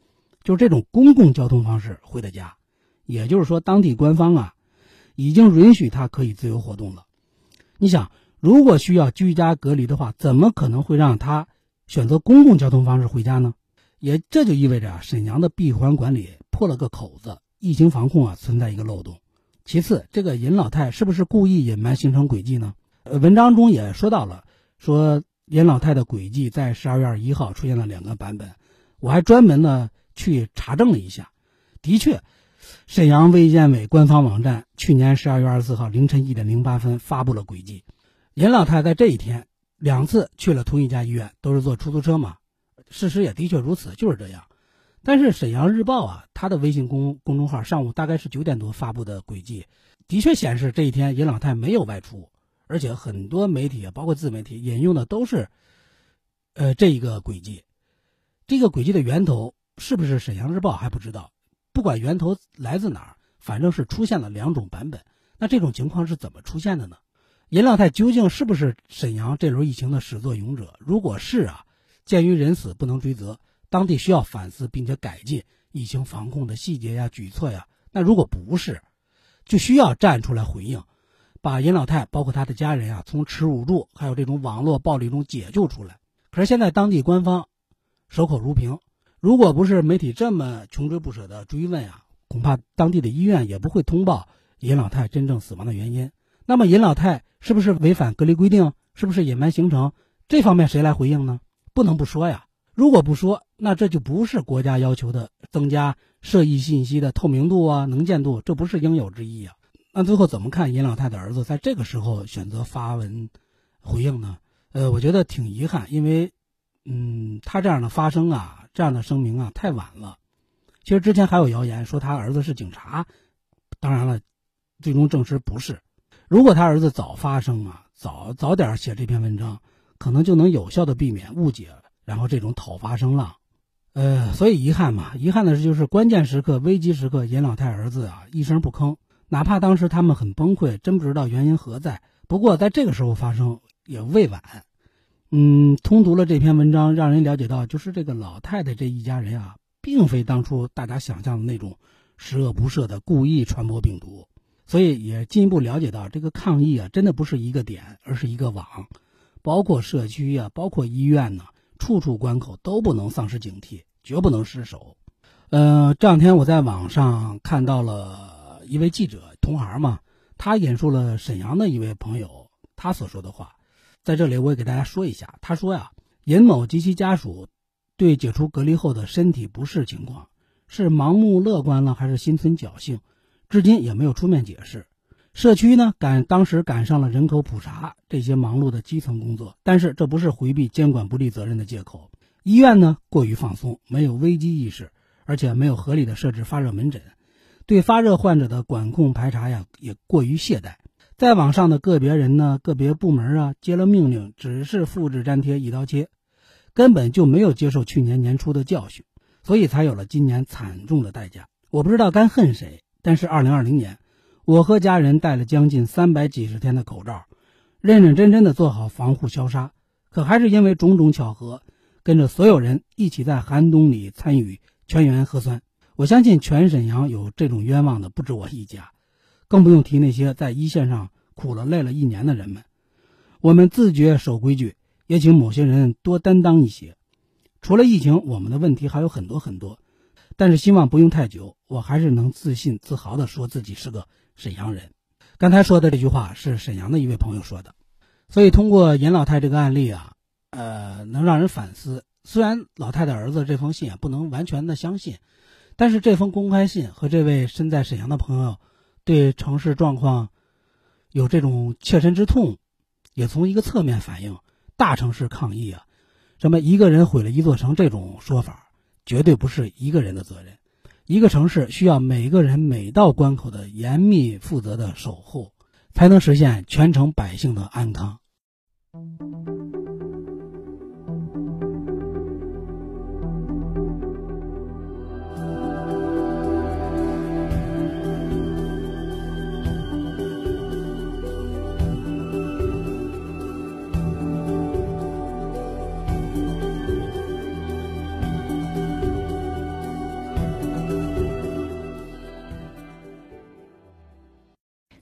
就是这种公共交通方式回的家。也就是说，当地官方啊已经允许他可以自由活动了。你想，如果需要居家隔离的话，怎么可能会让他选择公共交通方式回家呢？这就意味着沈阳的闭环管理破了个口子，疫情防控存在一个漏洞。其次，这个尹老太是不是故意隐瞒行程轨迹呢？文章中也说到了，说尹老太的轨迹在12月21号出现了2个版本。我还专门去查证了一下，的确，沈阳卫健委官方网站去年12月24号凌晨1点08分发布了轨迹。尹老太在这一天2次去了同一家医院，都是坐出租车嘛。事实也的确如此，就是这样。但是沈阳日报它的微信公众号上午大概是9点多发布的轨迹，的确显示这一天尹老太没有外出，而且很多媒体包括自媒体引用的都是这一个轨迹。这个轨迹的源头是不是沈阳日报还不知道，不管源头来自哪儿，反正是出现了2种版本。那这种情况是怎么出现的呢？尹老太究竟是不是沈阳这轮疫情的始作俑者？如果是鉴于人死不能追责，当地需要反思并且改进疫情防控的细节举措那如果不是，就需要站出来回应，把尹老太包括他的家人从耻辱柱还有这种网络暴力中解救出来。可是现在当地官方守口如瓶，如果不是媒体这么穷追不舍的追问恐怕当地的医院也不会通报尹老太真正死亡的原因。那么尹老太是不是违反隔离规定，是不是隐瞒行程，这方面谁来回应呢？不能不说如果不说，那这就不是国家要求的增加涉疫信息的透明度能见度，这不是应有之义那最后怎么看尹老太的儿子在这个时候选择发文回应呢？我觉得挺遗憾，因为他这样的发声这样的声明太晚了。其实之前还有谣言说他儿子是警察，当然了，最终证实不是。如果他儿子早发声早点写这篇文章，可能就能有效的避免误解，然后这种讨伐声浪。所以遗憾的是，就是关键时刻危机时刻，尹老太儿子一声不吭，哪怕当时他们很崩溃，真不知道原因何在。不过在这个时候发声也未晚。通读了这篇文章，让人了解到，就是这个老太太这一家人并非当初大家想象的那种十恶不赦的故意传播病毒。所以也进一步了解到，这个抗疫真的不是一个点，而是一个网，包括社区包括医院处处关口都不能丧失警惕，绝不能失守。这两天我在网上看到了一位记者同行嘛，他引述了沈阳的一位朋友他所说的话，在这里我也给大家说一下。他说尹某及其家属对解除隔离后的身体不适情况是盲目乐观了，还是心存侥幸，至今也没有出面解释。社区当时赶上了人口普查这些忙碌的基层工作，但是这不是回避监管不力责任的借口。医院过于放松，没有危机意识，而且没有合理的设置发热门诊，对发热患者的管控排查也过于懈怠。在网上的个别人个别部门接了命令，只是复制粘贴一刀切，根本就没有接受去年年初的教训，所以才有了今年惨重的代价。我不知道该恨谁，但是2020年我和家人戴了将近300几十天的口罩，认认真真的做好防护消杀，可还是因为种种巧合，跟着所有人一起在寒冬里参与全员核酸。我相信全沈阳有这种冤枉的不止我一家，更不用提那些在一线上苦了累了1年的人们。我们自觉守规矩，也请某些人多担当一些。除了疫情，我们的问题还有很多很多，但是希望不用太久，我还是能自信自豪地说自己是个沈阳人。刚才说的这句话是沈阳的一位朋友说的。所以通过尹老太这个案例能让人反思。虽然老太太儿子这封信不能完全的相信，但是这封公开信和这位身在沈阳的朋友对城市状况有这种切身之痛，也从一个侧面反映大城市抗疫什么一个人毁了一座城这种说法绝对不是一个人的责任。一个城市需要每个人每到关口的严密负责的守护，才能实现全城百姓的安康。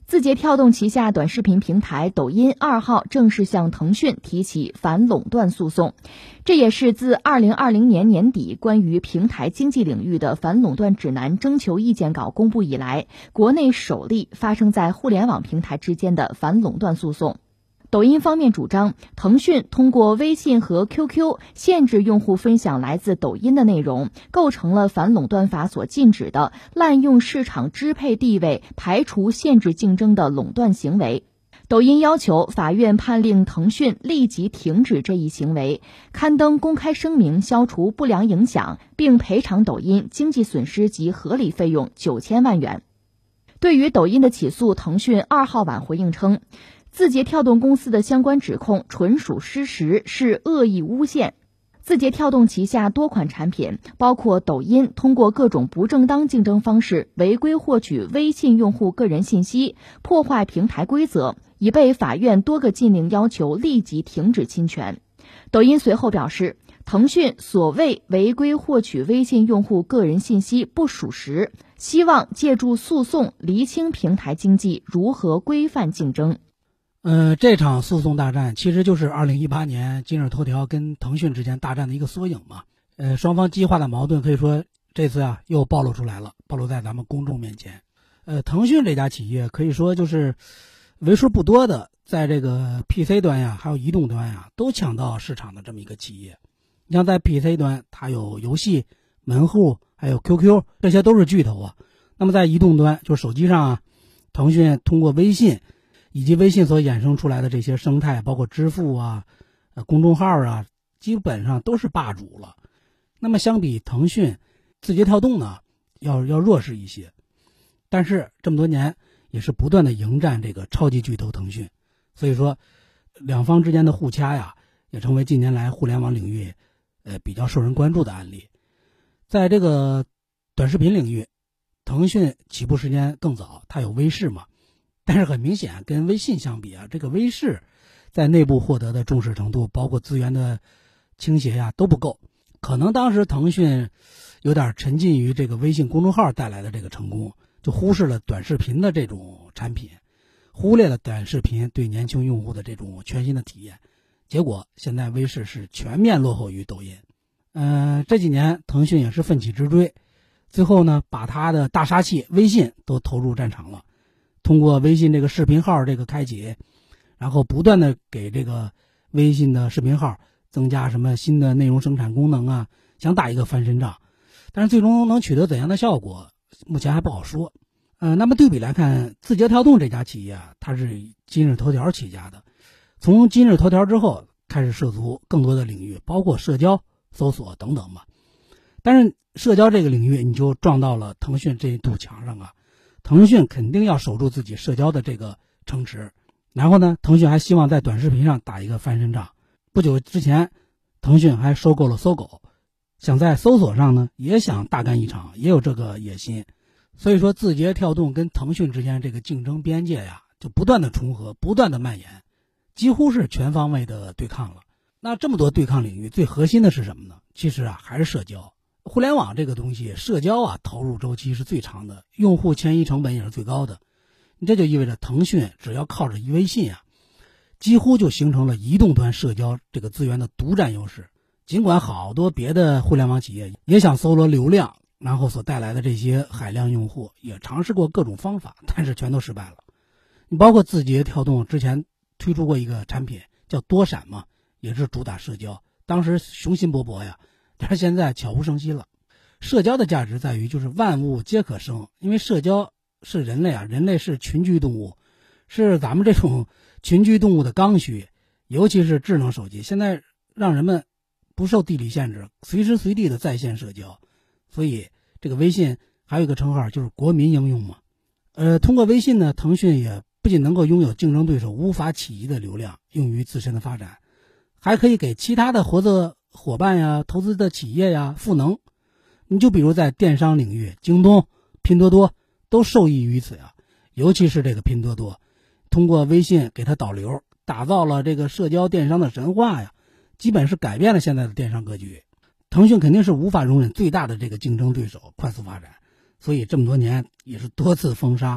字节跳动旗下短视频平台抖音2号正式向腾讯提起反垄断诉讼，这也是自2020年年底关于平台经济领域的反垄断指南征求意见稿公布以来，国内首例发生在互联网平台之间的反垄断诉讼。抖音方面主张，腾讯通过微信和 QQ 限制用户分享来自抖音的内容，构成了反垄断法所禁止的滥用市场支配地位、排除限制竞争的垄断行为。抖音要求法院判令腾讯立即停止这一行为，刊登公开声明消除不良影响，并赔偿抖音经济损失及合理费用9000万元。对于抖音的起诉，腾讯2号晚回应称，字节跳动公司的相关指控纯属失实，是恶意诬陷。字节跳动旗下多款产品，包括抖音，通过各种不正当竞争方式违规获取微信用户个人信息，破坏平台规则，已被法院多个禁令要求立即停止侵权。抖音随后表示，腾讯所谓违规获取微信用户个人信息不属实，希望借助诉讼厘清平台经济如何规范竞争。 这场诉讼大战其实就是2018年今日头条跟腾讯之间大战的一个缩影嘛。双方激化的矛盾可以说这次又暴露出来了，暴露在咱们公众面前。腾讯这家企业可以说就是为数不多的在这个 PC 端呀，还有移动端呀，都抢到市场的这么一个企业。你像在 PC 端，它有游戏、门户，还有 QQ， 这些都是巨头啊。那么在移动端，就手机上啊，腾讯通过微信以及微信所衍生出来的这些生态，包括支付啊、公众号啊，基本上都是霸主了。那么相比腾讯，字节跳动呢要弱势一些，但是这么多年也是不断的迎战这个超级巨头腾讯，所以说两方之间的互掐呀，也成为近年来互联网领域比较受人关注的案例。在这个短视频领域，腾讯起步时间更早，它有微视嘛。但是很明显，跟微信相比啊，这个微视在内部获得的重视程度，包括资源的倾斜呀，都不够。可能当时腾讯有点沉浸于这个微信公众号带来的这个成功，就忽视了短视频的这种产品，忽略了短视频对年轻用户的这种全新的体验。结果现在微视是全面落后于抖音。这几年腾讯也是奋起直追，最后呢，把他的大杀器微信都投入战场了。通过微信这个视频号这个开启，然后不断的给这个微信的视频号增加什么新的内容生产功能啊，想打一个翻身仗，但是最终能取得怎样的效果，目前还不好说。那么对比来看，字节跳动这家企业啊，它是今日头条起家的，从今日头条之后开始涉足更多的领域，包括社交、搜索等等嘛。但是社交这个领域你就撞到了腾讯这一堵墙上啊。腾讯肯定要守住自己社交的这个城池，然后呢，腾讯还希望在短视频上打一个翻身仗。不久之前，腾讯还收购了搜狗，想在搜索上呢也想大干一场，也有这个野心。所以说，字节跳动跟腾讯之间这个竞争边界呀，就不断的重合，不断的蔓延，几乎是全方位的对抗了。那这么多对抗领域，最核心的是什么呢？其实啊，还是社交。互联网这个东西，社交啊，投入周期是最长的，用户迁移成本也是最高的。这就意味着腾讯只要靠着微信啊，几乎就形成了移动端社交这个资源的独占优势。尽管好多别的互联网企业也想搜罗流量，然后所带来的这些海量用户，也尝试过各种方法，但是全都失败了。你包括字节跳动之前推出过一个产品叫多闪嘛，也是主打社交，当时雄心勃勃呀。但是现在悄无声息了。社交的价值在于就是万物皆可生，因为社交是人类啊，人类是群居动物，是咱们这种群居动物的刚需。尤其是智能手机，现在让人们不受地理限制，随时随地的在线社交。所以这个微信还有一个称号就是国民应用嘛。通过微信呢，腾讯也不仅能够拥有竞争对手无法企及的流量用于自身的发展，还可以给其他的合作伙伴呀、投资的企业呀赋能。你就比如在电商领域，京东、拼多多都受益于此呀。尤其是这个拼多多，通过微信给它导流，打造了这个社交电商的神话呀，基本是改变了现在的电商格局。腾讯肯定是无法容忍最大的这个竞争对手快速发展，所以这么多年也是多次封杀，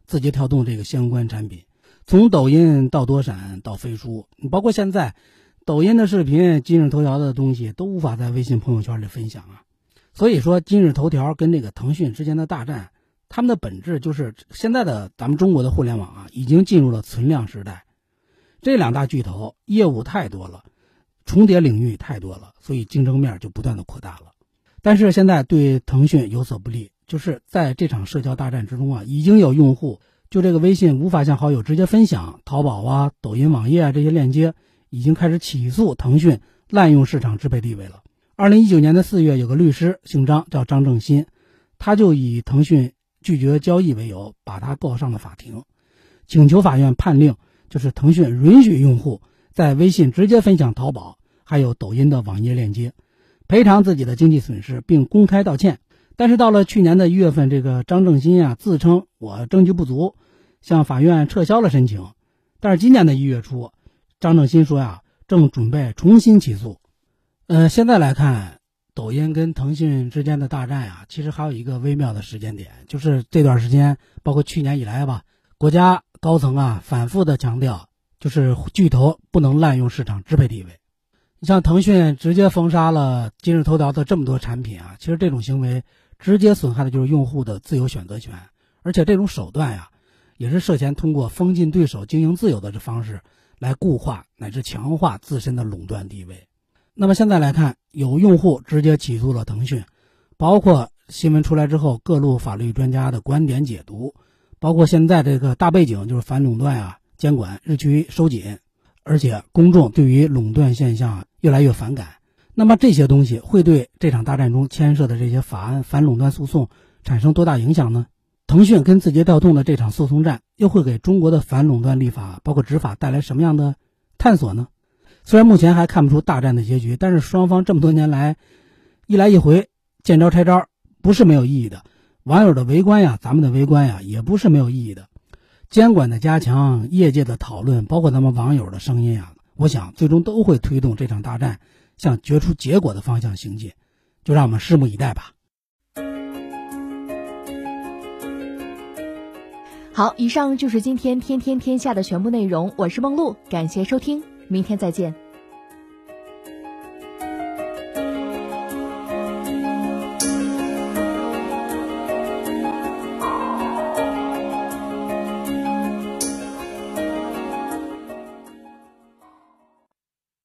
字节跳动这个相关产品，从抖音到多闪到飞书，包括现在抖音的视频、今日头条的东西都无法在微信朋友圈里分享啊。所以说今日头条跟这个腾讯之间的大战，他们的本质就是现在的咱们中国的互联网啊，已经进入了存量时代。这两大巨头业务太多了，重叠领域太多了，所以竞争面就不断的扩大了。但是现在对腾讯有所不利，就是在这场社交大战之中啊，已经有用户就这个微信无法向好友直接分享淘宝啊、抖音网页啊这些链接，已经开始起诉腾讯滥用市场支配地位了。2019年的4月，有个律师姓张，叫张正新，他就以腾讯拒绝交易为由，把他告上了法庭，请求法院判令就是腾讯允许用户在微信直接分享淘宝还有抖音的网页链接，赔偿自己的经济损失，并公开道歉。但是到了去年的1月份，这个张正新啊自称我证据不足，向法院撤销了申请。但是今年的1月初，张正新说呀，正准备重新起诉。现在来看，抖音跟腾讯之间的大战呀，其实还有一个微妙的时间点，就是这段时间，包括去年以来吧，国家高层啊反复的强调，就是巨头不能滥用市场支配地位。你像腾讯直接封杀了今日头条的这么多产品啊，其实这种行为直接损害的就是用户的自由选择权，而且这种手段呀，也是涉嫌通过封禁对手经营自由的这方式来固化乃至强化自身的垄断地位。那么现在来看，有用户直接起诉了腾讯，包括新闻出来之后各路法律专家的观点解读，包括现在这个大背景就是反垄断啊，监管日趋收紧，而且公众对于垄断现象越来越反感。那么这些东西会对这场大战中牵涉的这些法案反垄断诉讼产生多大影响呢？腾讯跟字节跳动的这场诉讼战又会给中国的反垄断立法包括执法带来什么样的探索呢？虽然目前还看不出大战的结局，但是双方这么多年来一来一回，见招拆招，不是没有意义的。网友的围观呀，咱们的围观呀，也不是没有意义的。监管的加强，业界的讨论，包括咱们网友的声音呀，我想最终都会推动这场大战向决出结果的方向行进，就让我们拭目以待吧。 好，以上就是今天天天天下的全部内容，我是梦露，感谢收听，明天再见。